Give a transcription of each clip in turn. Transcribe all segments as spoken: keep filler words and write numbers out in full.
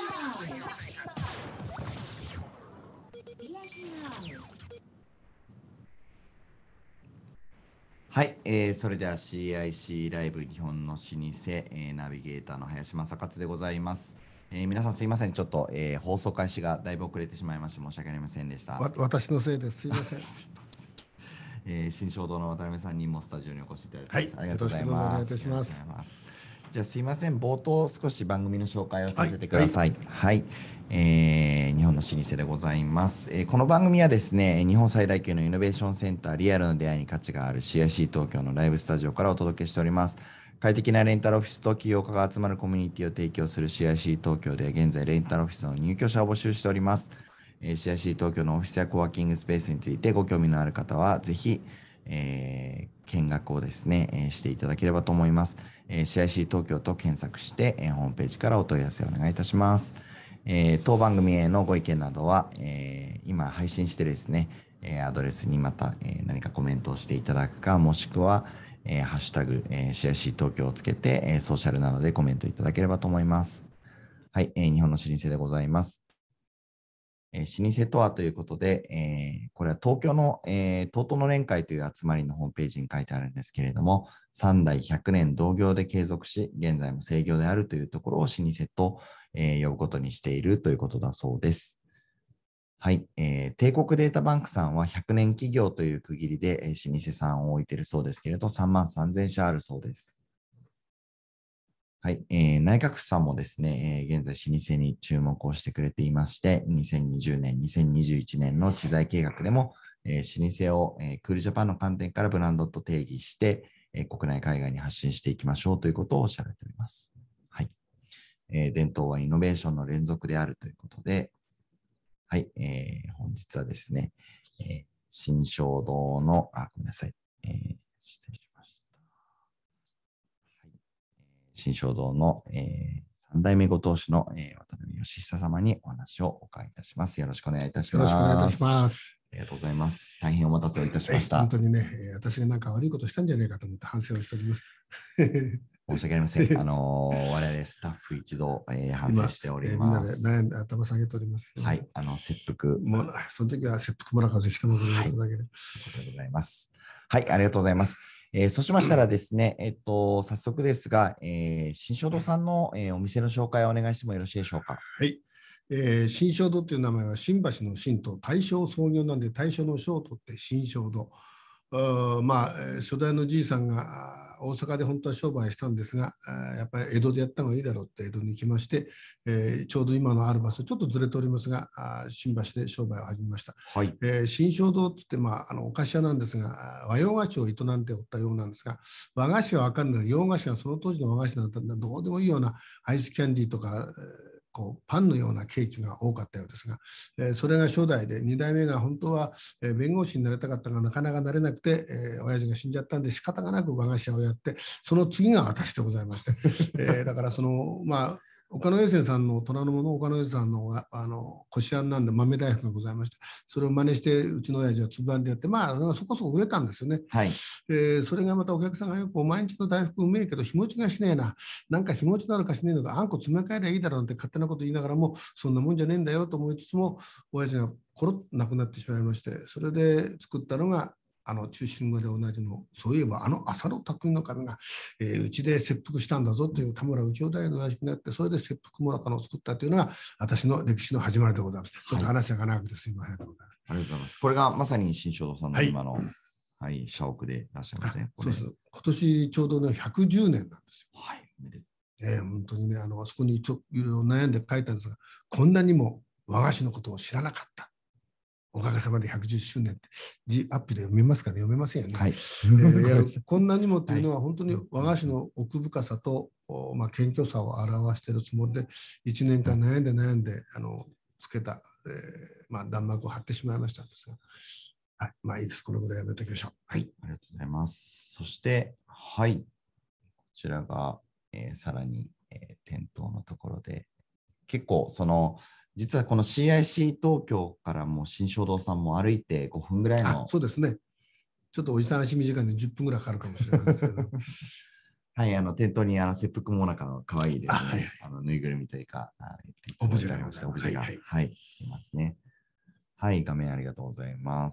はい、えー、それでは シーアイシー ライブ日本の老舗、えー、ナビゲーターの林正勝でございます。えー皆さんすいません、ちょっと、えー放送開始がだいぶ遅れてしまいまして申し訳ありませんでした。 わ私のせいです。すいません。 すいません。えー新衝動の渡辺さんにもスタジオにお越しいただいてます。 はいありがとうございよろしくどうぞお願います。 いたしますありがとうございます。じゃあすいません、冒頭少し番組の紹介をさせてください。はい、えー日本の老舗でございます、えーこの番組はですね、日本最大級のイノベーションセンター、リアルの出会いに価値がある シーアイシー 東京のライブスタジオからお届けしております。快適なレンタルオフィスと起業家が集まるコミュニティを提供する シーアイシー 東京で現在レンタルオフィスの入居者を募集しております。えー シーアイシー 東京のオフィスやコワーキングスペースについてご興味のある方はぜひ、えー見学をですね、えーしていただければと思います。えー シーアイシー 東京と検索して、えーホームページからお問い合わせをお願いいたします。えー当番組へのご意見などは、えー今配信してですね、えーアドレスにまた、えー何かコメントをしていただくか、もしくは、えーハッシュタグ、えー シーアイシー 東京をつけて、えーソーシャルなどでコメントいただければと思います。はい、えー日本の老舗でございます。えー老舗とはということで、えーこれは東京の、えー、東都の連会という集まりのホームページに書いてあるんですけれども、さん代ひゃくねん同業で継続し、現在も制業であるというところを老舗と、えー呼ぶことにしているということだそうです。はい、えー帝国データバンクさんはひゃくねん企業という区切りで、えー老舗さんを置いているそうですけれど、さんまんさんぜん社あるそうです。はい、えー内閣府さんもですね、えー現在老舗に注目をしてくれていまして、にせんにじゅうねん、にせんにじゅういちねんの知財計画でも、えー老舗を、えークールジャパンの観点からブランドと定義して、えー国内海外に発信していきましょうということをおっしゃられております。はい、えー伝統はイノベーションの連続であるということで、はい、えー本日はですね、えー新衝動の、あ、ごめんなさい、えー失礼しました。はい、新衝動の、えー、さん代目ご当主の、えー、渡辺義久様にお話をお伺いいたします。よろしくお願いいたしよろしくお願いいたします。 ます。 ありがとうございます。大変お待たせをいたしましはい本た。 当にね、えー私がなんか悪いことしたんじゃないかと思って反省をしております。 申し訳ありません。あのー我々スタッフ一同、えー反省しており今えーみんなます。 で悩んで頭下げております。 はい、あの、切腹。 もうその時は切腹もらかぜひともご了承いただければ。 ということでございます。はい、ありがとうございます。えーそうしましたらですね、えっと、早速ですが、えー新書堂さんの、えーお店の紹介をお願いしてもよろしいでしょうか。 はい。えー新正堂という名前は新橋の新と大正創業なんで大正の正を取って新正堂。あまあ、えー初代のじいさんがあー大阪で本当は商売したんですが、あーやっぱり江戸でやった方がいいだろうって江戸に来まして、えーちょうど今のある場所、ちょっとずれておりますが、あー新橋で商売を始めました。 はい。 えー新正堂って言って、まあ、あのお菓子屋なんですが、あー和洋菓子を営んでおったようなんですが、和菓子は分かんない、洋菓子はその当時の和菓子なんてどうでもいいようなアイスキャンディーとか、えーこうパンのようなケーキが多かったようですが、えーそれが初代で、に代目が本当は、えー弁護士になりたかったがなかなかなれなくて、えー親父が死んじゃったんで仕方がなく和菓子屋をやって、その次が私でございまして、えーだからそのまあ岡野栄泉さんの虎ノ門の岡野栄泉さんのあのこしあんなんで豆大福がございまして、それを真似してうちの親父はつぶあんでやって、まあそこそこ売れたんですよね。 はい。 えーそれがまたお客さんがよくお前んちの大福うめえけど日持ちがしねえな、なんか日持ちなのかしねえのか、あんこ詰め替えりゃいいだろうなんて勝手なこと言いながらも、そんなもんじゃねえんだよと思いつつも、親父がコロッと亡くなってしまいまして、それで作ったのが、あの中心語で同じの、そういえばあの浅野匠の神が、えーうちで切腹したんだぞという田村右京大の親父になって、それで切腹もなかのを作ったというのが、私の歴史の始まりでございます。ちょっと話が長くてすみませんでございます。 ありがとうございます。これがまさに新書堂さんのはい今の、はい、社屋でいらっしゃいますね。これそうそう。今年ちょうどね、ひゃくじゅうねんなんですよ。 はい。おめでとえー本当にね、あの、あそこにちょいろいろ悩んで書いたんですが、こんなにも和菓子のことを知らなかった。おかげさまでひゃくじゅっしゅうねんって、G アップで読めますかね、読めませんよね。 はい。 えーやるこんなにもというのは、本当に和菓子の奥深さと、おまあ、謙虚さを表しているつもりで、いちねんかん悩んで悩んで、あのつけた、えーまあ、弾幕を張ってしまいましたんですが、はい、まあいいです、このぐらいやめておきましょう。はい。 ありがとうございます。そして、はい。こちらが、えーさらに、えー店頭のところで、結構、その、実はこの シーアイシー 東京からも新書堂さんも歩いてごふんぐらいの。 あ、そうですね。ちょっとおじさん足短いんでじゅっぷんぐらいかかるかもしれないですけど。 はい、あの店頭にあの切腹もなかの可愛いですね。 あ、はいはい。 あのぬいぐるみというか、あオブジェありました。オブジェが、 はいはい。 はい、いますね。はい、画面ありがとうございます。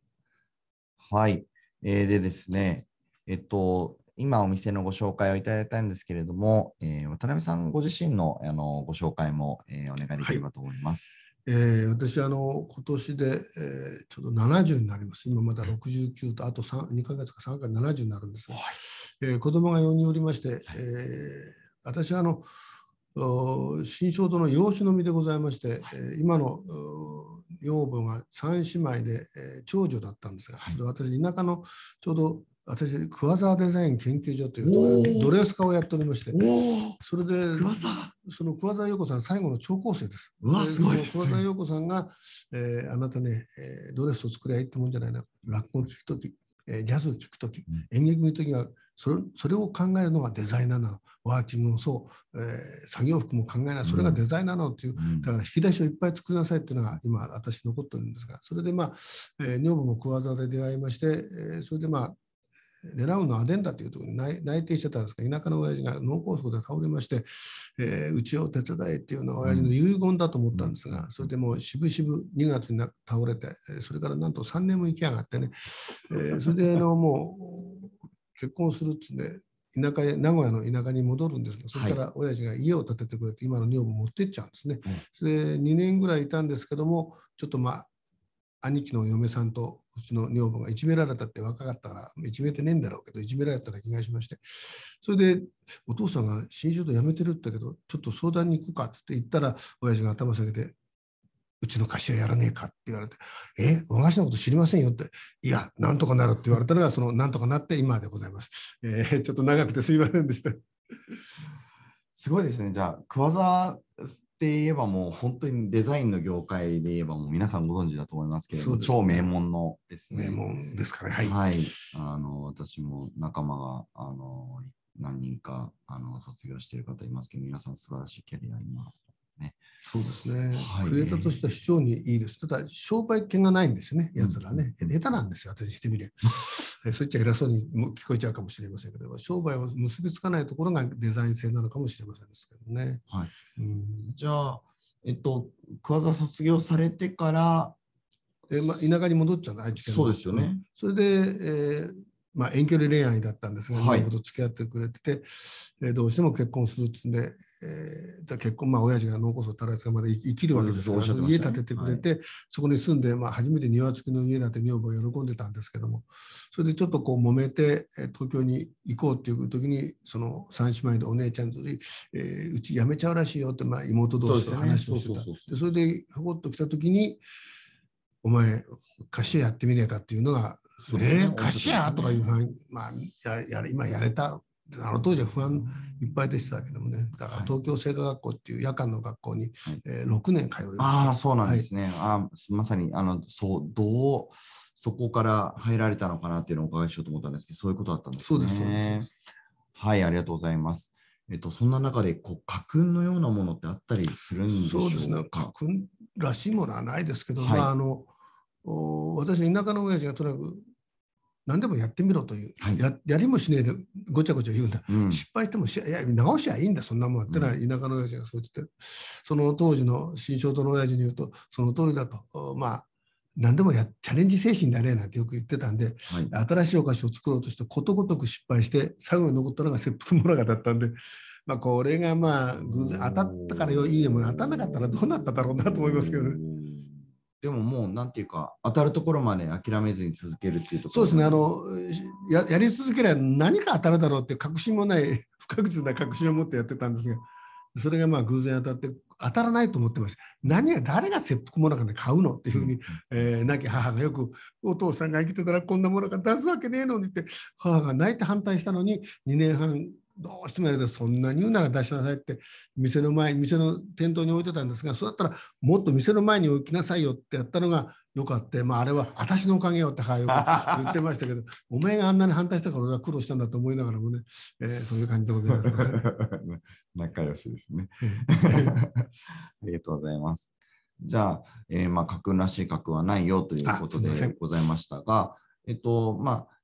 はい、えー、でですね、えっと、今お店のご紹介をいただいたんですけれども、えー、渡辺さんご自身の、あのご紹介も、えー、お願いできればと思います。 はい、えー、私あの、今年で、えー、ちょうどななじゅうになります。今まだろくじゅうきゅうと、あとにかげつかさんかげつななじゅうになるんですが、はい、えー、子供がよにんおりまして、はい、えー、私はあの、新正堂の養子の身でございまして、はい、今の女房が三姉妹で、えー、長女だったんですが、それは私、田舎のちょうど私、桑沢デザイン研究所というところでドレス科をやっておりまして、それで、桑沢その桑沢陽子さん、最後の聴講生です。 うわ、すごいです、ね。 桑沢陽子さんが、えー、あなたね、えー、ドレスを作りゃいいってもんじゃないな、落語を聞くとき、えー、ジャズを聞くとき、演劇見るときはそれ、それを考えるのがデザイナーなの。ワーキングもそう、えー、作業服も考えない、それがデザイナーなのっていう、うん、だから引き出しをいっぱい作りなさいっていうのが今、私残ってるんですが、それでまあ、えー、女房も桑沢で出会いまして、えー、それでまあ、狙うのはアデンダというところに内内定してたんですが、田舎の親父が脳梗塞で倒れまして、えー、うちを手伝えっていうのは親父の遺言だと思ったんですが、それでもう渋々にがつに倒れて、それからなんとさんねんも生き上がってね、えー、それであのもう結婚するってんで、田舎へ名古屋の田舎に戻るんですが、そしたら親父が家を建ててくれて、今の女房持ってっちゃうんですね。それでにねんぐらいいたんですけども、ちょっとまあ、兄貴の嫁さんとうちの女房がいじめられたって、若かったからいじめてねえんだろうけどいじめられたような気がしまして、それでお父さんが新州と辞めてるって言ったけどちょっと相談に行くかって言ったら、親父が頭下げてうちの菓子屋やらねえかって言われて、え、和菓子のこと知りませんよって、いや、なんとかなるって言われたのが、そのなんとかなって今でございます。えー、ちょっと長くてすいませんでした。 すごいですね。じゃあ、桑沢って言えばもう本当にデザインの業界で言えばもう皆さんご存知だと思いますけれども、ね、超名門のですね。 名門ですかね。はい。 はい、あの私も仲間があの何人かあの卒業している方いますけど、皆さん素晴らしいキャリア今。ね、 そうですね、 はい、 クリエイターとしては非常にいいです。ただ、商売権がないんですよね、やつらね。うん、下手なんですよ、私してみれ。そういっちゃ偉そうに聞こえちゃうかもしれませんけど、商売を結びつかないところがデザイン性なのかもしれませんですけどね。 はい、うん、じゃあ、えっと、桑沢卒業されてから、 えまあ、田舎に戻っちゃうの、愛知県の。 そうですよね。 それで、えーまあ、遠距離恋愛だったんですが、女房と付き合ってくれてて、えー、どうしても結婚するってんで、えー、結婚、まあ、親父が脳梗塞たらつがまだ生きるわけですから、ね、家建ててくれて、はい、そこに住んで、まあ、初めて庭付きの家だって女房は喜んでたんですけども、それでちょっとこう揉めて、東京に行こうっていう時に、その三姉妹でお姉ちゃんずり、えー、うち辞めちゃうらしいよって、まあ、妹同士と話をしてた。それで、ひょこっと来た時に、お前、菓子屋やってみねえかっていうのが、ね、菓子屋とかいう不安、まあ、やや今やれた、あの当時は不安いっぱいでしたけどもね、だから東京聖火学校っていう夜間の学校に、はい、えー、ろくねん通いました。 ああ、そうなんですね。はい、あまさにあのそう、どうそこから入られたのかなっていうのをお伺いしようと思ったんですけど、そういうことだったんですね。 そうです、そうです。 はい、ありがとうございます。えっと、そんな中でこう家訓のようなものってあったりするんでしょうか。 そうですね、家訓らしいものはないですけど、はい、まあ、あの私、田舎の親父がとにかく何でもやってみろという、はい、や, やりもしねえでごちゃごちゃ言うんだ、うん、失敗してもしいや直しゃいいんだ、そんなもんってのは田舎の親父がそう言ってて、その当時の新正堂の親父に言うと、その通りだと、まあ、何でもやチャレンジ精神だねなんてよく言ってたんで、はい、新しいお菓子を作ろうとしてことごとく失敗して、最後に残ったのが切腹もなかだったんで、まあ、これがまあ偶然当たったからよいいもの、当たらなかったらどうなっただろうなと思いますけどね。 でももうなんていうか、当たるところまで諦めずに続けるっていうところ。 そうですね、あの や, やり続ければ何か当たるだろうっていう確信もない不確実な確信を持ってやってたんですが、それがまあ偶然当たって当たらないと思ってました。何が誰が切腹もなかで買うのっていうふうに、うんえー、亡き母がよく、お父さんが生きてたらこんなものが出すわけねえのにって、母が泣いて反対したのににねんはんどうしてもやると、そんなに言うなら出しなさいって店の前店の店頭に置いてたんですが、そうだったらもっと店の前に置きなさいよってやったのがよかった、まあ、あれは私のおかげよって母はよく言ってましたけどお前があんなに反対したから俺は苦労したんだと思いながらもね、えー、そういう感じでございます。 仲良しですね。ありがとうございます。じゃあ、えー、まあ家訓らしい家訓はないよということでございましたが、えっとまあ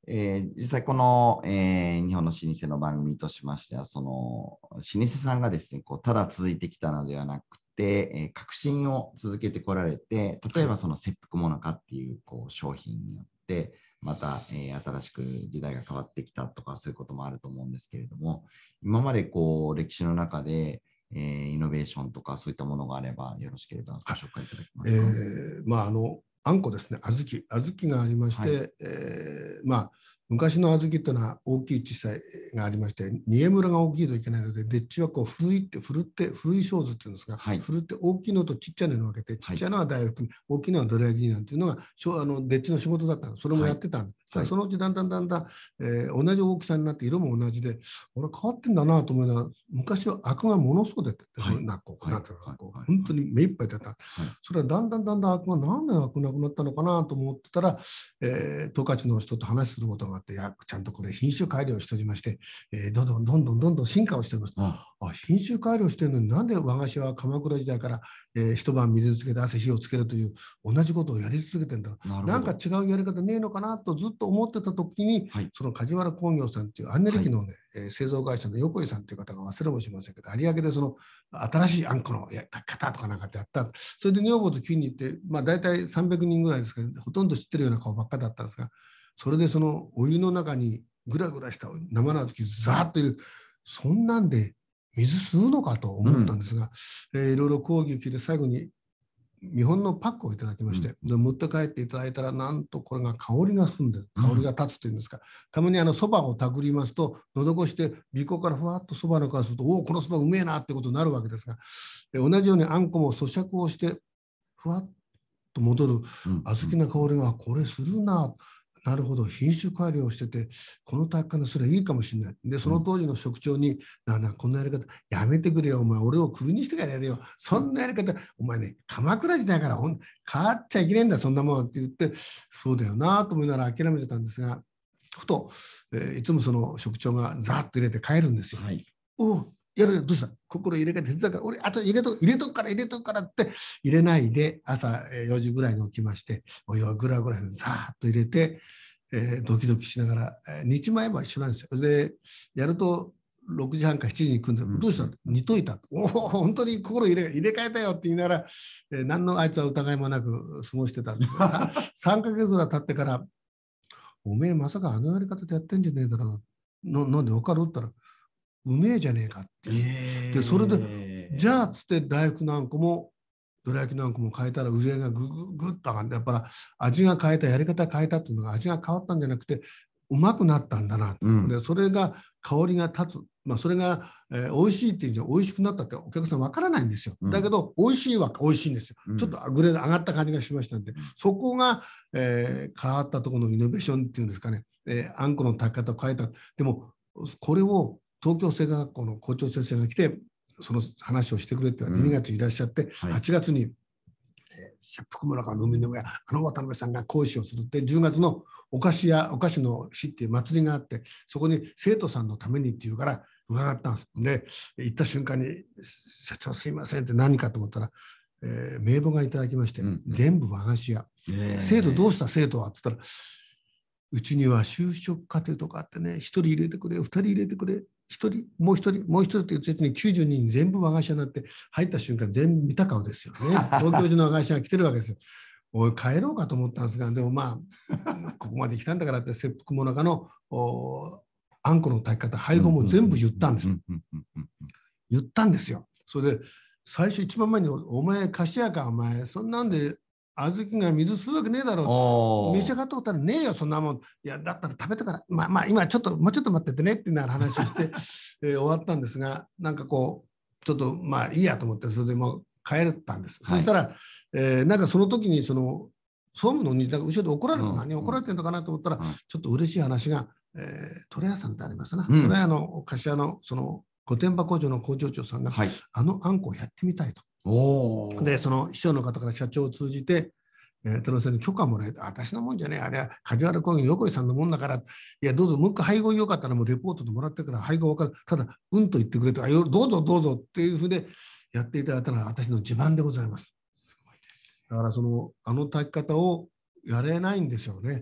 えー実際この、えー日本の老舗の番組としましては、その老舗さんがですね、こうただ続いてきたのではなくて、えー革新を続けてこられて、例えばその切腹もなかっていう、こう商品によって、また、えー新しく時代が変わってきたとか、そういうこともあると思うんですけれども、今までこう歴史の中で、えーイノベーションとかそういったものがあればよろしければご紹介いただけまえすか。 ーまああのあんこですね、小豆、小豆がありまして、 はえーまあ昔の小豆っていうのは大きい小さいがありまして、煮えむらが大きいといけないので、でっちはこうふるいって、ふるって、ふるい小図っていうんですが、 はいふるって大きいのとちっちゃいのに分けて、ちっちゃいのは大福に、大きいのはどら焼きになんていうのが、しょあのでっちの仕事だったの、それもやってたんです。 はいそのうちだんだんだんだん、えー同じ大きさになって、色も同じで、俺変わってんだなと思いながら、昔はアクがものすごく出てて、 はいなんかこう、 はいなんていうのかな、こうはい本当に目いっぱい出た。 はいそれはだんだんだんだんアクがなんでアクなくなったのかなと思ってたら、えー、十勝の人と話することがあって、いやちゃんとこれ品種改良しておりまして、えー、どんどんどんどんどんどん進化をしております。 ああ、品種改良してるのになんで和菓子は鎌倉時代から、えー一晩水つけて汗火をつけるという同じことをやり続けてるんだろう。 なるほど。 なんか違うやり方ねえのかなとずっと思ってた時に、 はいその梶原工業さんっていうアンネリキのね、えー製造会社の横井さんという方が忘れもしませんけど、有明でその新しいあんこのや方とかなんかってやった。それで女房と急に行って、まあ大体さんびゃくにんぐらいですけど、ほとんど知ってるような顔ばっかだったんですが、それでそのお湯の中にぐらぐらした生の小豆ザーッと入れる、そんなんで水吸うのかと思ったんですが、うんえーいろいろ講義を聞いて最後に見本のパックをいただきまして、で持って帰っていただいたら、なんとこれが香りがするんです。香りが立つというんですか、たまにあのそばをたぐりますと、喉越して鼻孔からふわっとそばの香りすると、おお、このそばうめえなってことになるわけですが、で同じようにあんこも咀嚼をして、ふわっと戻る小豆の香りが、これするな。なるほど、品種改良してて、この炊き方すればいいかもしれない。で、その当時の職長に、ななこんなやり方、やめてくれよ、お前、俺をクビにしてからやれよ。そんなやり方、お前ね、鎌倉時代からほん変わっちゃいけないんだ、そんなもんって言って、そうだよなと思いながら諦めてたんですが、ふと、えーいつもその職長がざーっと入れて帰るんですよ。 はい。 おお、やるよ、どうした心入れ替えて手伝うから、俺、あと入れと入れとくから、入れとくからって入れないで、朝よじぐらいに起きまして、お湯をぐらぐらにざーっと入れて、えードキドキしながら、えー日前は一緒なんですよ。で、やるとろくじはんかしちじに来るんで、 うんどうした煮といた。おお、本当に心入れ入れ替えたよって言いながら、えー何のあいつは疑いもなく過ごしてたんですが、さんかげつぐらい経ってから、おめえまさかあのやり方でやってんじゃねえだろうな。なんで分かるって言ったら、うめえじゃねえかっていう。 えーで、それで、じゃあつって大福のあんこも、どら焼きのあんこも変えたら売り上げがぐぐぐっと上がって、やっぱり味が変えた、やり方変えたっていうのが味が変わったんじゃなくて、うまくなったんだなと。 うんで、それが香りが立つ。まあ、それが、えー美味しいっていうんじゃ美味しくなったってお客さんわからないんですよ。 うんだけど、美味しいは美味しいんですよ。 うんちょっとグレード上がった感じがしましたんで、そこが、えー変わったところのイノベーションっていうんですかね、えーあんこの炊き方を変えた。でも、これを東京製菓学校の校長先生が来て、その話をしてくれってにがついらっしゃって、 はいはちがつに、えー切腹村川の海の上、あの渡辺さんが講師をするって、じゅうがつのお菓子屋、お菓子の日っていう祭りがあって、そこに生徒さんのためにっていうから伺ったんです。で、行った瞬間に、社長すいませんって何かと思ったら、えー名簿がいただきまして、 うんうん全部和菓子屋。 えー生徒どうした生徒はって言ったら、うちには就職課程とかあってね、一人入れてくれ、二人入れてくれ、一人、もう一人、もう一人っていううちにきゅうじゅうにん全部和菓子屋になって、入った瞬間全部見た顔ですよね。東京中の和菓子屋が来てるわけですよ。おい、帰ろうかと思ったんですが、でもまあ、ここまで来たんだからって、切腹もなかのおあんこの炊き方、配合も全部言ったんですよ。言ったんですよ。それで、最初一番前に、お前、菓子屋か、お前、そんなんで、小豆が水吸うわけねえだろう。 おー召し上がったことあるねえよ、そんなもん。いや、だったら食べたから、まあまあ、今ちょっと、もうちょっと待っててねっていうような話をして、えー終わったんですが、なんかこう、ちょっとまあいいやと思って、それでもう帰ったんです。 はいそしたら、えーなんかその時に、その、総務のに、なんか後ろで怒られる、 うん何怒られてるのかなと思ったら、 うんちょっと嬉しい話が、えー、トレ屋さんってありますな。 うんトレ屋の菓子屋の、その、御殿場工場の工場長さんが、 はい。 あのあんこをやってみたいと。 おーで、その秘書の方から社長を通じて、えー、田野さんに許可もらえて、私のもんじゃねえ、あれは梶原工業の横井さんのもんだから、いや、どうぞ、もう一回配合よかったらもうレポートでもらってから配合分かる。ただ、うんと言ってくれと、あよどうぞどうぞっていうふうでやっていただいたのが私の自慢でございます。 すごいです。 だから、その、あの炊き方をやれないんですよね。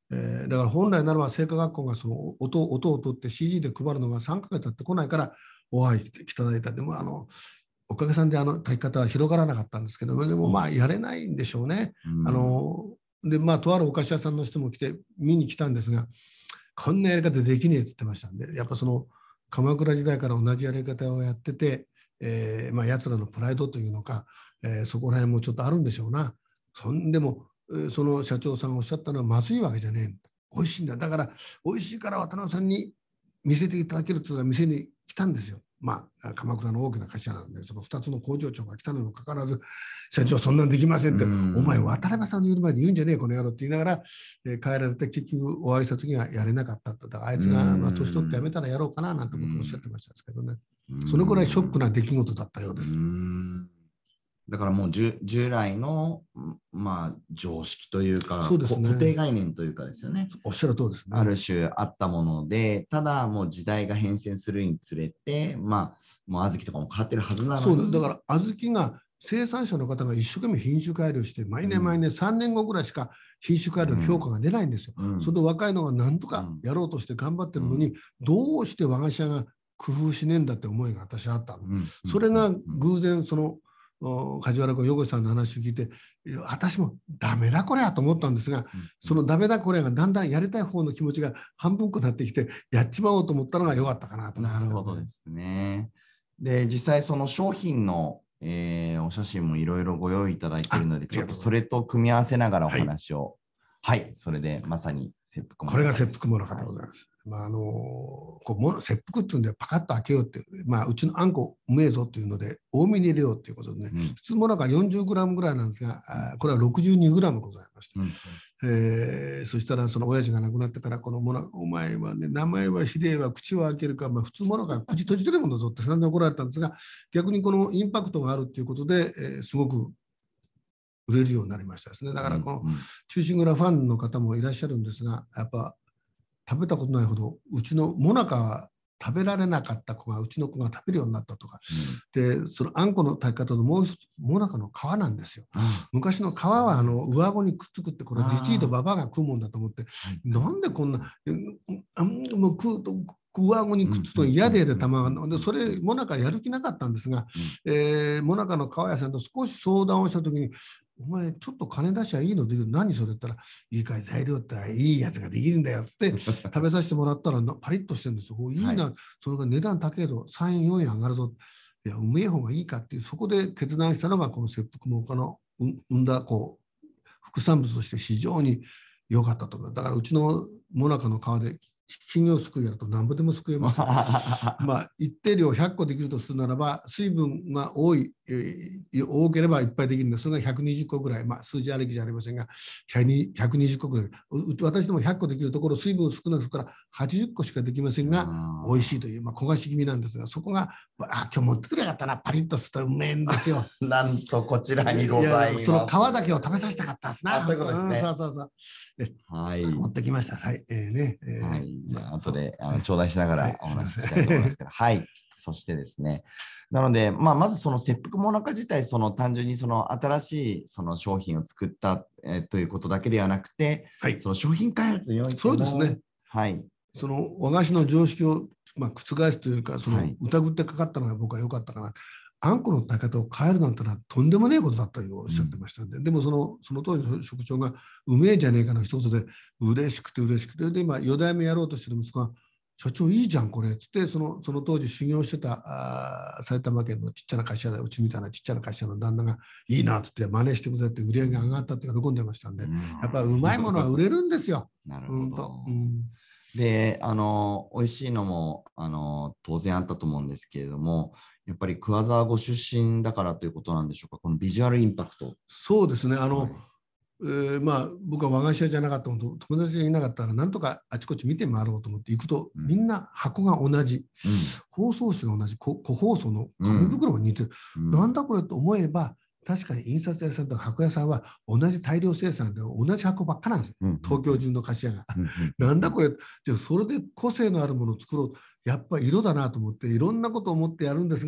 えー、だから本来ならば製菓学校がその 音, 音を取って シージー で配るのがさんかげつ経ってこないからお会いいただいた。でもあのおかげさんであの炊き方は広がらなかったんですけど、でもまあやれないんでしょうね。うん、あのでまあとあるお菓子屋さんの人も来て見に来たんですが、こんなやり方できねえって言ってましたんで、やっぱその鎌倉時代から同じやり方をやってて、えー、まあやつらのプライドというのか、えー、そこら辺もちょっとあるんでしょうな。そんでもその社長さんがおっしゃったのはまずいわけじゃねえ。美味しいんだ。だから美味しいから渡辺さんに見せていただけるというのが店に来たんですよ。まあ鎌倉の大きな会社なんで、そのふたつの工場長が来たのにもかかわらず、社長そんなんできませんって、お前渡辺さんの言う前で言うんじゃねえこの野郎って言いながら、えー、帰られて結局お会いした時にはやれなかったと。だからあいつがまあ年取ってやめたらやろうかななんて僕おっしゃってましたですけどね。そのくらいショックな出来事だったようです。 だからもう従来の、まあ、常識というか、 そうですね、 固定概念というかですよね。 おっしゃる通りですね。 ある種あったもので、ただもう時代が変遷するにつれて、まあ、もう小豆とかも変わってるはずなのに。 そうだから小豆が生産者の方が一生懸命品種改良して、毎年毎年さんねんごぐらいしか品種改良の評価が出ないんですよ。うん、それで若いのがなんとかやろうとして頑張ってるのに、うん、どうして和菓子屋が工夫しねえんだって思いが私あったの。うん、それが偶然その梶原君、横井さんの話を聞いて、私もダメだこれやと思ったんですが、うん、そのダメだこれがだんだんやりたい方の気持ちが半分くなってきて、やっちまおうと思ったのが良かったかなと思います、ね。 なるほどですね。で、実際その商品の、えー、お写真もいろいろご用意いただいているので、ちょっとそれと組み合わせながらお話を。はい、はい、それでまさに切腹も。 これが切腹もなかでございます。はい、まあ、あのこうも切腹っていうんでパカッと開けようって、まあ、うちのあんこうめえぞっていうので多めに入れようっていうことでね、うん、普通もなんか よんじゅうグラム ぐらいなんですが、うん、これは ろくじゅうにグラム ございまして、うん、えー、そしたらその親父が亡くなってから、このもなお前はね、名前はひでえわ、口を開けるか、まあ、普通ものが口閉じてるものだぞって散々怒られたんですが、逆にこのインパクトがあるっていうことで、えー、すごく売れるようになりましたですね。だからこの忠臣蔵ファンの方もいらっしゃるんですが、やっぱ食べたことないほど、うちのもなかは食べられなかった子がうちの子が食べるようになったとか、うん、でそのあんこの炊き方のもう一つ、もなかの皮なんですよ。うん、昔の皮はあの上顎にくっつくって、これじじいとばばあが食うもんだと思って、なんでこんな、あもう食うと上顎にくっつくと嫌ででたまが、でそれもなかやる気なかったんですが、うん、えー、もなかの皮屋さんと少し相談をしたときに、お前ちょっと金出しゃいいので、何それって言ったら、いいかい材料っていいやつができるんだよって食べさせてもらったらパリッとしてるんですよ。いいな、はい、それが値段高いとさんえんよんえん上がるぞ。いや、うめえ方がいいかっていう、そこで決断したのがこの切腹もかの生んだこう副産物として非常に良かったと思う。だからうちのもなかの皮で金魚すくいやると何ぼでもすくえます。まあ一定量ひゃっこできるとするならば、水分が多い、えー、多ければいっぱいできるんです。それがひゃくにじゅっこぐらい、まあ、数字ありきじゃありませんが、ひゃくにじゅっこぐらい。私どもひゃっこできるところ、水分少なくからはちじゅっこしかできませんが、美味しいという、まあ、焦がし気味なんですが、そこが、あ、今日持ってくれなかったな、パリッとするとうめえんですよ。 なんとこちらにございます。 その皮だけを食べさせたかったですな。 あ、そういうことですね。 そうそうそう。 はい、 持ってきました。はい、えーねえー、 はい、じゃあ後であの頂戴しながらお話ししたいと思いますけど、はい、はい、そしてですね、なので、まあ、まずその切腹もなか自体、その単純にその新しいその商品を作った、えー、ということだけではなくて、はい、その商品開発においても、 そうですね、 はい、 その和菓子の常識を、まあ、覆すというか、その疑ってかかったのが僕は良かったかな。はい、あんこの炊き方を変えるなんてのはとんでもねえことだったとおっしゃってましたんで、うん、でもそのその当時の職長がうめえじゃねえかの一言で嬉しくて嬉しくて、で今よだいめやろうとしてる息子が社長いいじゃんこれっつって、そのその当時修行してたあ埼玉県のちっちゃな会社で、うちみたいなちっちゃな会社の旦那がいいなっつって真似してくれて売り上げが上がったって喜んでましたんで、うん、やっぱりうまいものは売れるんですよ。 なるほど。うん、で、あの美味しいのもあの当然あったと思うんですけれども、やっぱり桑沢ご出身だからということなんでしょうか、このビジュアルインパクト。 そうですね、あの、はい、えー、まあ、僕は和菓子屋じゃなかったのと、友達がいなかったら、なんとかあちこち見て回ろうと思って行くと、うん、みんな箱が同じ、うん、包装紙が同じ、個包装の紙袋が似てる、うん、なんだこれと思えば、確かに印刷屋さんと箱屋さんは同じ大量生産で同じ箱ばっかなんですよ、うん、東京中の菓子屋が。うん、なんだこれ、じゃそれで個性のあるものを作ろう、やっぱり色だなと思って、いろんなことを思ってやるんですが、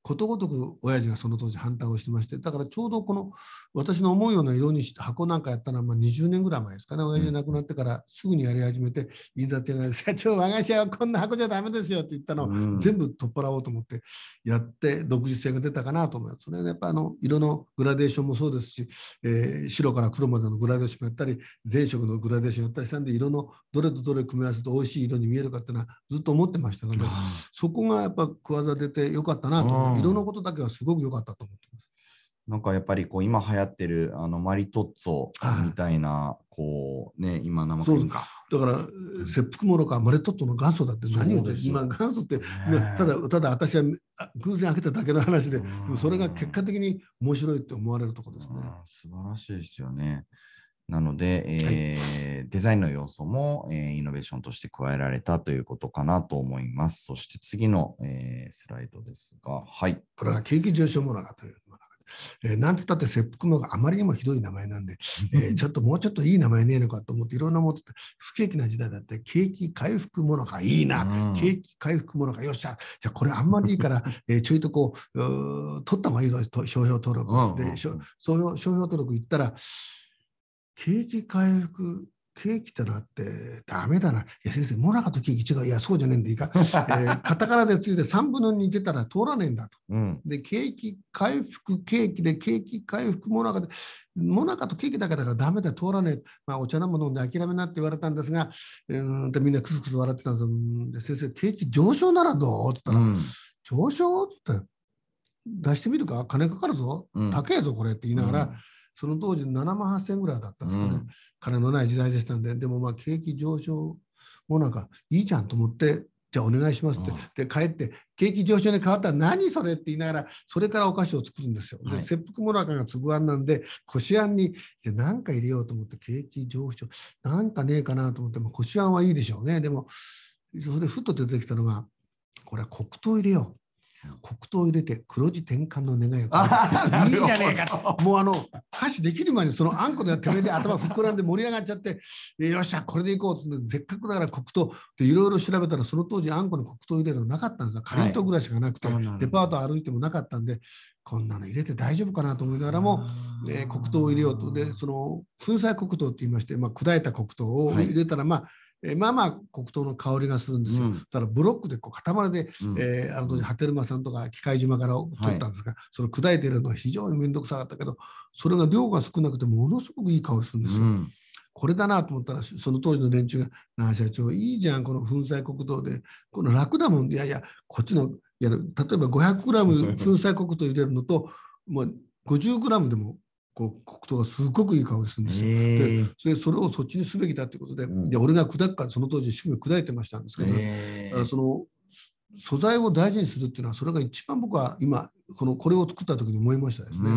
ことごとく親父がその当時反対をしてまして、だからちょうどこの私の思うような色にして箱なんかやったのはまあにじゅうねんぐらい前ですかね。親父が亡くなってからすぐにやり始めて、印刷屋が社長、和菓子屋はこんな箱じゃダメですよって言ったのを、うん、全部取っ払おうと思ってやって独自性が出たかなと思います。それでやっぱあの色のグラデーションもそうですし、えー、白から黒までのグラデーションやったり、全色のグラデーションやったりしたんで、色のどれとどれ組み合わせると美味しい色に見えるかっていうのはずっと思ってましたので、そこがやっぱクワザ出てよかったなと思う。色のことだけはすごく良かったと思ってます。 なんかやっぱりこう今流行ってるあのマリトッツォみたいな、こうね、今生クリームか。だから、切腹ものかマリトッツォの元祖だって何を言って、今元祖って、ただ、ただ私は偶然開けただけの話で、それが結果的に面白いって思われるところですね。 素晴らしいですよね。なので、えーはい、デザインの要素も、えー、イノベーションとして加えられたということかなと思います。そして次の、えー、スライドですが、はい。 これは景気上昇ものかという。えー、なんて言ったって切腹のがあまりにもひどい名前なんで、えー、ちょっともうちょっといい名前ねえのかと思っていろんなものって不景気な時代だって景気回復ものがいいな、うん、景気回復ものがよっしゃ、じゃあこれあんまりいいから、えー、ちょいとこう、う取った方がいいぞ、商標登録、うんうん、で商標登録言ったら景気回復ケーキってのあってダメだな。いや先生、モナカとケーキ違う。いや、そうじゃねえんでいいか。えー、カタカナでついてさんぶんのに出たら通らねえんだと。うん、で、景気回復ケーキで、景気回復モナカで、モナカとケーキだけだからダメだ、通らねえ。まあ、お茶飲むので諦めなって言われたんですが、うーんとみんなクスクス笑ってたんですよ。で、先生、景気上昇ならどうって言ったら、うん、上昇って言って、出してみるか金かかるぞ。うん、高えぞ、これって言いながら、うん、その当時ななまんはっせんぐらいだったんですかね。うん、金のない時代でしたんで、でもまあ景気上昇もなんかいいじゃんと思って、じゃあお願いしますって、うん、で帰って、景気上昇に変わったら何それって言いながら、それからお菓子を作るんですよ。で、はい、切腹もなかが粒あんなんで、こしあんにじゃあ何か入れようと思って、景気上昇、なんかねえかなと思って、もこしあんはいいでしょうね。でも、それでふっと出てきたのが、これは黒糖入れよう。黒糖を入れて黒字転換の願いをいいじゃねえかと。もうあの歌詞できる前にそのあんこで手目で頭膨らんで盛り上がっちゃって、よっしゃこれでいこうってせっかくだから黒糖でいろいろ調べたら、その当時あんこに黒糖入れるのなかったんですよ。かりんとうぐらいしかなくて、はい、デパート歩いてもなかったんで、こんなの入れて大丈夫かなと思いながらも、えー、黒糖を入れようと。でその粉砕黒糖って言いまして、まあ、砕いた黒糖を入れたら、まあ、はい、えー、まあまあ黒糖の香りがするんですよ。うん、だからブロックでこう塊で、うん、えー、あの当時波照間さんとか機械島から取ったんですが、はい、それ砕いているのは非常に面倒くさかったけど、それが量が少なくてものすごくいい香りするんですよ。うん、これだなと思ったら、その当時の連中が「なあ社長いいじゃんこの粉砕黒糖で、この楽だもん」いやいやこっちのやる、例えば ごひゃくグラム 粉砕黒糖入れるのと、もう ごじゅうグラム でもこう黒糖がすごくいい香りするんですよ。でそれ、それをそっちにすべきだということで、うん、で俺が砕くからその当時一生懸命砕いてましたんですけど、ね、だからその素材を大事にするっていうのは、それが一番僕は今このこれを作った時に思いましたですね。うん、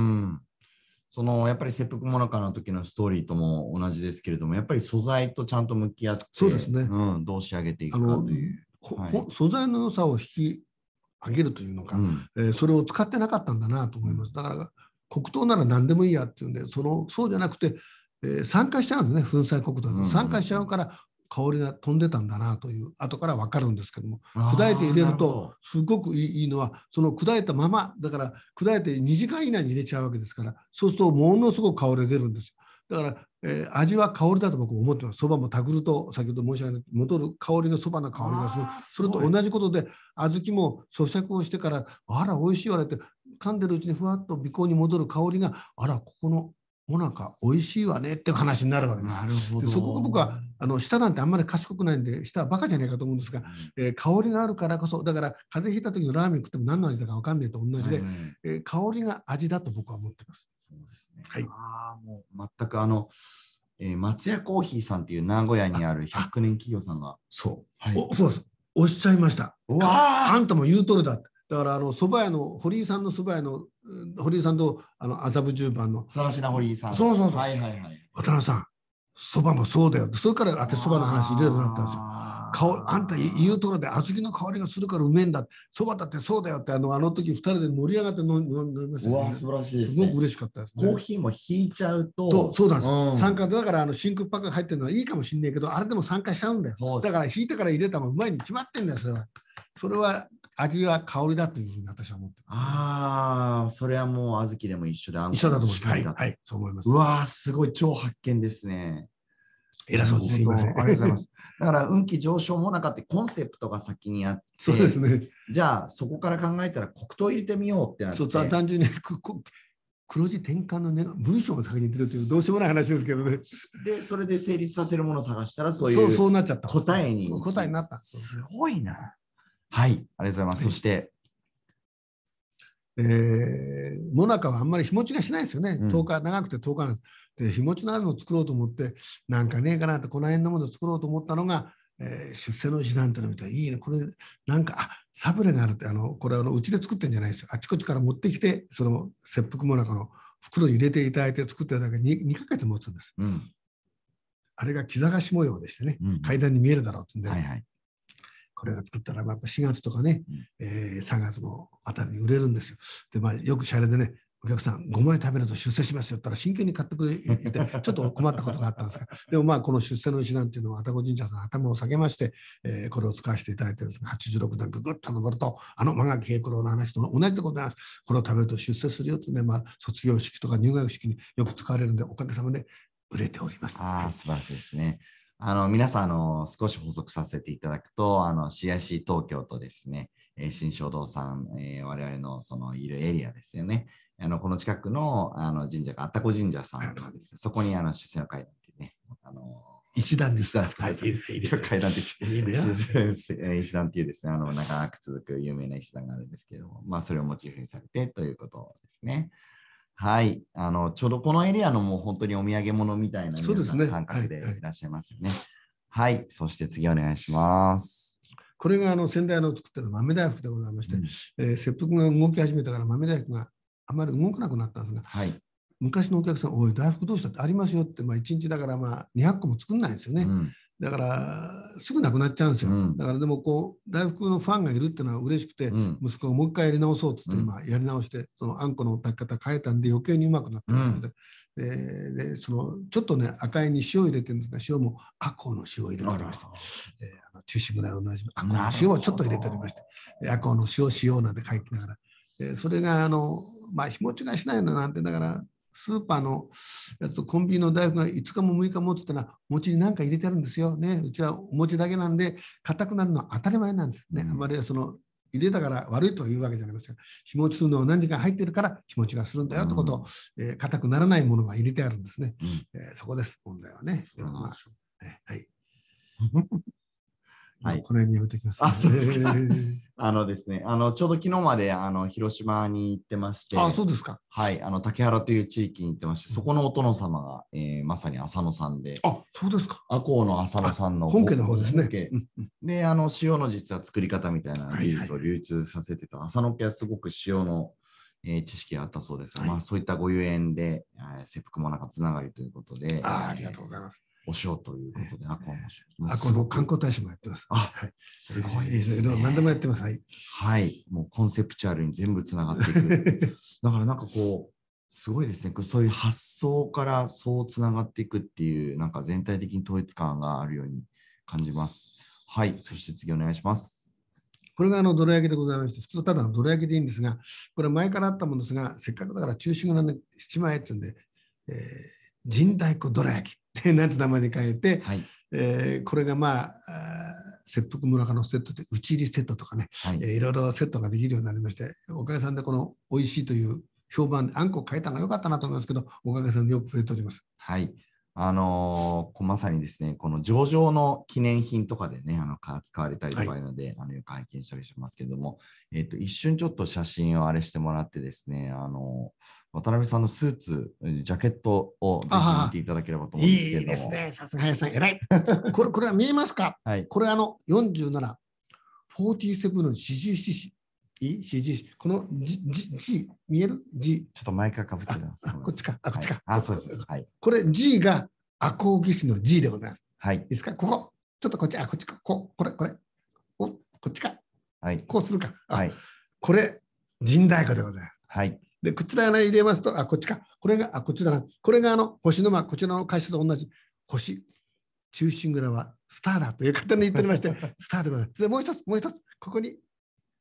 そのやっぱり切腹もなかの時のストーリーとも同じですけれども、やっぱり素材とちゃんと向き合って、 そうですね、 うん、どう仕上げていくかという、 はい、素材の良さを引き上げるというのか、うん、えー、それを使ってなかったんだなと思います。だから黒糖なら何でもいいやっていうんで、そのそうじゃなくて、えー、酸化しちゃうんですね、粉砕黒糖で酸化しちゃうから香りが飛んでたんだなという後から分かるんですけども、砕いて入れるとすごくいいのは、その砕いたままだから、砕いてにじかん以内に入れちゃうわけですから、そうするとものすごく香りが出るんですよ。だから、えー、味は香りだと僕は思ってます。そばもたぐると先ほど申し上げた戻る香りのそばの香りがする。それと同じことで、小豆も咀嚼をしてから、あら美味しいわれって噛んでるうちにふわっと鼻孔に戻る香りが、あらここのもなか美味しいわねっていう話になるわけです。 なるほど。 でそこが僕はあの舌なんてあんまり賢くないんで、舌はバカじゃないかと思うんですが、うん、えー、香りがあるからこそ、だから風邪ひいた時のラーメン食っても何の味だか分かんないと同じで、うん、えー、香りが味だと僕は思ってます。 そうですね。はい。ああ、もう全くあの、えー、松屋コーヒーさんっていう名古屋にあるひゃくねん企業さんが。 そう。はい、おそうです。おっしゃいました。うわあんたも言うとおりだって。だからあの蕎麦屋の堀井さんの蕎麦屋の堀井さんとあの麻布十番の更科堀井さん。 そうそうそう。 はいはいはい。 渡辺さん、蕎麦もそうだよって、それからあて蕎麦の話入れるようになったんですよ。香あんた言うとおりで小豆の香りがするからうめえんだ。蕎麦だってそうだよってあのあの時二人で盛り上がって飲みましたね。 うわ素晴らしいですね。 すごく嬉しかったですね。 コーヒーも引いちゃうと。 とそうなんです。うん、酸化だからあの真空パックが入ってるのはいいかもしれないけど、あれでも酸化しちゃうんだよ。だから引いてから入れたもうまいに決まってんだよそれは。 それは味は香りだというふうに私は思ってます。 ああ、それはもう小豆でも一緒で、 一緒だと思います。はい、 はい、 そう思います。 うわー、すごい超発見ですね。 偉そうにすいません。 ありがとうございます。だから運気上昇もなかってコンセプトが先にあって、 そうですね。 じゃあそこから考えたら黒糖入れてみようってなって。 そう、単純に黒字転換のね、文章が先に出るというどうしようもない話ですけどね。 で、それで成立させるものを探したら、そういうそうそうなっちゃった答えに。 答えになった。 すごいな。はい、ありがとうございます。はい、そして、 えー、モナカはあんまり日持ちがしないですよね。うん、とおか、長くてとおかなんです。で、日持ちのあるのを作ろうと思って、なんかねえかなって、この辺のものを作ろうと思ったのが、えー、出世の手段ってのみたいいいね、これ、なんか、あ、サブレがあるって、あの、これあの、うちで作ってるんじゃないですよ。あちこちから持ってきて、その切腹モナカの袋に入れていただいて作ってるだけで 2, にかげつ持つんです。うん、あれが木探し模様でしてね、うん、階段に見えるだろうってんで、はいはい、これが作ったらやっぱしがつとかね、うん、えー、さんがつのあたりに売れるんですよ。で、まあ、よくシャレでね、お客さんごまい食べると出世しますよって言ったら真剣に買ってくれて、ちょっと困ったことがあったんですが、でもまあこの出世の石なんていうのは愛宕神社さん頭を下げまして、えー、これを使わせていただいてるんですが、はちじゅうろくだんぐぐっと登ると、あの間垣平九郎の話と同じでございます。これを食べると出世するよとね、まあ、卒業式とか入学式によく使われるんで、おかげさまで売れております。 ああ、素晴らしいですね。あの皆さんあの、少し補足させていただくと、あの シーアイシー 東京とですね、新正堂さん、えー、我々のそのいるエリアですよね。あのこの近くのあの神社が愛宕神社さんなんですけど、そこにあの出世の階段っていうね、あの石段です。 石段です。いいです。階段って石段っていうですね、あの長く続く有名な石段があるんですけども、まあそれをモチーフにされてということですね。はい、あのちょうどこのエリアのもう本当にお土産物みたいな感覚でいらっしゃいますよね。はい、はい、そして次お願いします。 これがあの先代の作ってる豆大福でございまして、うん、えー、切腹が動き始めたから豆大福があまり動かなくなったんですが、はい、昔のお客さん、おい、大福どうしたってありますよって、まあ、いちにちだからまあにひゃっこも作んないんですよね。うん、だからすぐなくなっちゃうんですよ。うん、だからでもこう大福のファンがいるっていうのは嬉しくて、うん、息子がもう一回やり直そうって言って今やり直して、そのあんこの炊き方変えたんで余計にうまくなったので、うん、で, でそのちょっとね赤いに塩入れてるんですが、塩も赤穂の塩を入れておりまして、えー、あの中心ぐらい同じ赤穂の塩をちょっと入れておりまして、赤穂の塩塩なんて書いてながら、えー、それがあのまあ日持ちがしないのなんて、だからスーパーのやつとコンビニの大福がいつかもむいか持つってのは餅に何か入れてあるんですよね。うちはお餅だけなんで硬くなるのは当たり前なんですね。うん、あまりその入れたから悪いというわけじゃないですが、日持ちするのは何時間入っているから日持ちがするんだよということを、うん、えー、硬くならないものが入れてあるんですね。うん、えー、そこです、問題はね。でもまあ、えー、はい。はい、この辺にやめておきます、ね。 あ、そうですか。あのですね、あのちょうど昨日まであの広島に行ってまして、 あ、そうですか。 はい、あの竹原という地域に行ってまして、そこのお殿様が、えー、まさに浅野さんで、 あ、そうですか。 赤穂の浅野さんの本家の方ですね。 で、あの塩の実は作り方みたいな技術を流通させてた、はいはい、浅野家はすごく塩の、えー、知識があったそうですが、はい、まあそういったごゆえんで、えー、切腹もなんかつながりということで、 あ、ありがとうございます。 お塩ということで、赤穂の塩。赤穂の観光大使もやってます。 あ、はい、すごいですね。 何でもやってます。はい。 はい。もうコンセプチュアルに全部つながっていく。だからなんかこう、すごいですね。そういう発想からそうつながっていくっていう、なんか全体的に統一感があるように感じます。はい。そして次お願いします。 これがあのどら焼きでございまして、普通ただのどら焼きでいいんですが、これ前からあったものですが、せっかくだから中心が七枚っていうんで、えー、神太鼓どら焼きってなんて名前で変えて、はい、えー、これがまあ、切腹村中のセットで打ち入りセットとかね、はい、えー、いろいろセットができるようになりまして、おかげさんでこの美味しいという評判であんこを変えたのが良かったなと思いますけど、おかげさんでよく増えております。 はい。あのー、まさにですね、この上場の記念品とかでね、あの使われたりとかいうので、はい、あのよく拝見したりしますけれども、えーと、一瞬ちょっと写真をあれしてもらってですね、あのー、渡辺さんのスーツ、ジャケットをぜひ見ていただければと思うんですけども。 いいですね、さすが林さん、偉い。これ、これは見えますか？はい、これあのよんじゅうなな、よんじゅうななの四十七士。いい ?シージー、この G、G、見える ?G。 ちょっと前からかぶっちゃいます。 あ、こっちか。あ、こっちか。 はい、あ、そうです。はい。 これ G が赤穂義士の G でございます。 はい。 いいですか？ここ。ちょっとこっち、あ、こっちか。ここれ、これ。お、こっちか。はい。こうするか。はい。これ、神太鼓でございます。はい。で、こちらに入れますと、あ、こっちか。これが、あ、こっちだな。これがあの、星の間、こちらの会社と同じ。星。中心蔵はスターだという方に言っておりまして、スターでございます。で、もう一つ、もう一つ。ここに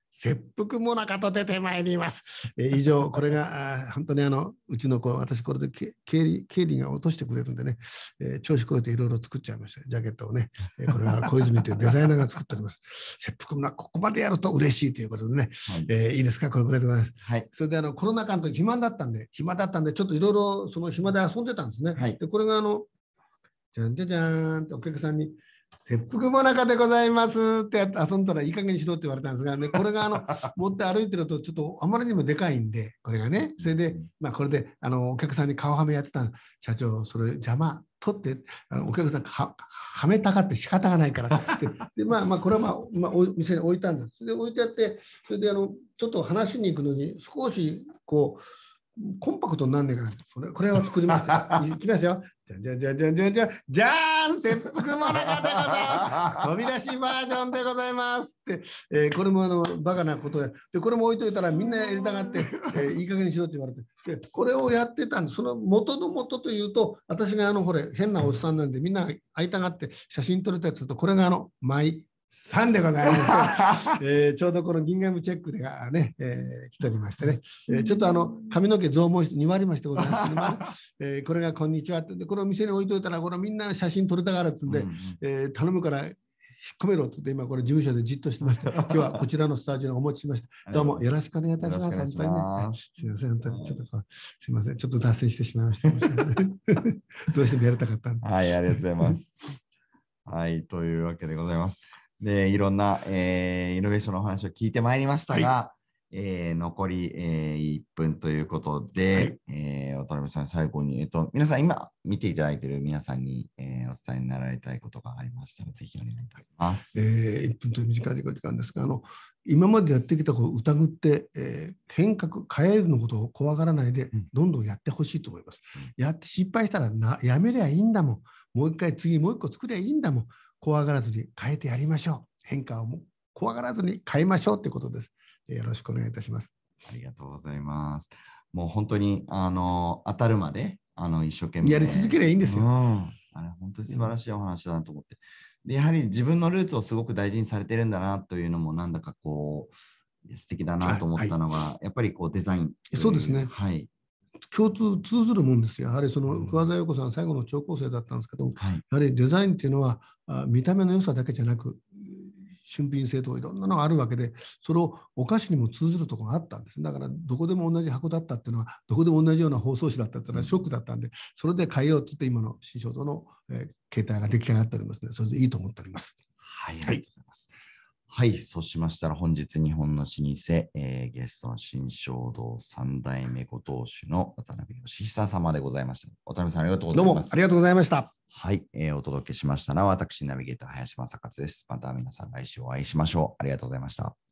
切腹もなかと出てまいります。えー以上、これがあ本当にあのうちの子、私これでけ経理経理が落としてくれるんでね、えー調子こいていろいろ作っちゃいました、ジャケットをね。えーこれは小泉というデザイナーが作っております。切腹もなここまでやると嬉しいということでね、 はいえーいいですか、これぐらいでございます。 はい。 それであのコロナ禍の時暇だったんで、暇だったんで、ちょっといろいろその暇で遊んでたんですね。 はいで、これがあの、じゃんじゃじゃーんってお客さんに、切腹もなかでございますってやって遊んだらいい加減にしろって言われたんですが、ね、これがあの持って歩いてるとちょっとあまりにもでかいんで、これがね、それで、まあ、これであのお客さんに顔はめやってた社長、それ邪魔、取ってあのお客さんははめたがって仕方がないからってで、まあまあ、これは、まあまあ、お店に置いたんです。それで置いてあって、それであのちょっと話しに行くのに少しこうコンパクトになんねえかな。これこれを作りました。いきますよ。じゃんじゃんじゃんじゃんじゃんじゃんじゃーん切腹もなかでございます。飛び出しバージョンでございますって、えーこれもあのバカなことで、でこれも置いといたらみんなやりたがって、えーいい加減にしろって言われて、でこれをやってたんで、その元の元というと、私があのほれ変なおっさんなんでみんな会いたがって写真撮れたやつと、これがあのマイさんでございまして、えーちょうどこのギンガムチェックがね、えー来ておりましてね、えーちょっとあの髪の毛増毛してに割りましてございますけども、えーこれがこんにちはって、でこれを店に置いといたら、これみんな写真撮れたからっつうんで、 うんうんえー頼むから引っ込めろって言って、今これ事務所でじっとしてまして、今日はこちらのスタジオにお持ちしました。どうもよろしくお願いいたします。 よろしくお願いし本当にね。 ますすみません、本当にちょっとこう、すみません、ちょっと脱線してしまいました。申し訳ないどうしてもやりたかったんで。 はい、ありがとうございます。はい、というわけでございます。で、いろんな、えーイノベーションのお話を聞いてまいりましたが、えー残り、えーいっぷんということで、 はいえー渡辺さん、最後に、えっと、皆さん、今見ていただいている皆さんに、えーお伝えになられたいことがありましたら、ぜひお願いいたします。 えーいっぷんという短い時間ですが、あの今までやってきたこう疑って、えー変革、変えるのことを怖がらないでうん、 どんどんやってほしいと思います。 うんやって失敗したらなやめりゃいいんだもん。もう一回次、もう一個作りゃいいんだもん。怖がらずに変えてやりましょう。変化をも怖がらずに変えましょうということです。えーよろしくお願いいたします。 ありがとうございます。もう本当に、あの、当たるまで、あの、一生懸命。 やり続ければいいんですようん。あれ、本当に素晴らしいお話だなと思って。で、やはり自分のルーツをすごく大事にされてるんだなというのも、なんだかこう、素敵だなと思ったのが、やっぱりこう、デザインといそうですねはい。 共通通ずるもんですよ。やはりそのうん桑沢陽子さん、最後の聴講生だったんですけど、 はい。 やはりデザインっていうのはあ見た目の良さだけじゃなく、俊敏性とかいろんなのがあるわけで、それをお菓子にも通ずるところがあったんです。だからどこでも同じ箱だったっていうのは、どこでも同じような包装紙だったっていうのはショックだったんで、それで変えようって言って今の新書との、えー携帯が出来上がっておりますので、それでいいと思っております。 はい、ありがとうございます。はい、そうしましたら本日日本の老舗、えーゲストの新正堂三代目ご当主の渡辺義久様でございました。渡辺さんありがとうございます。 どうもありがとうございました。 はい、えーお届けしましたのは私ナビゲーター林正勝です。また皆さん来週お会いしましょう。ありがとうございました。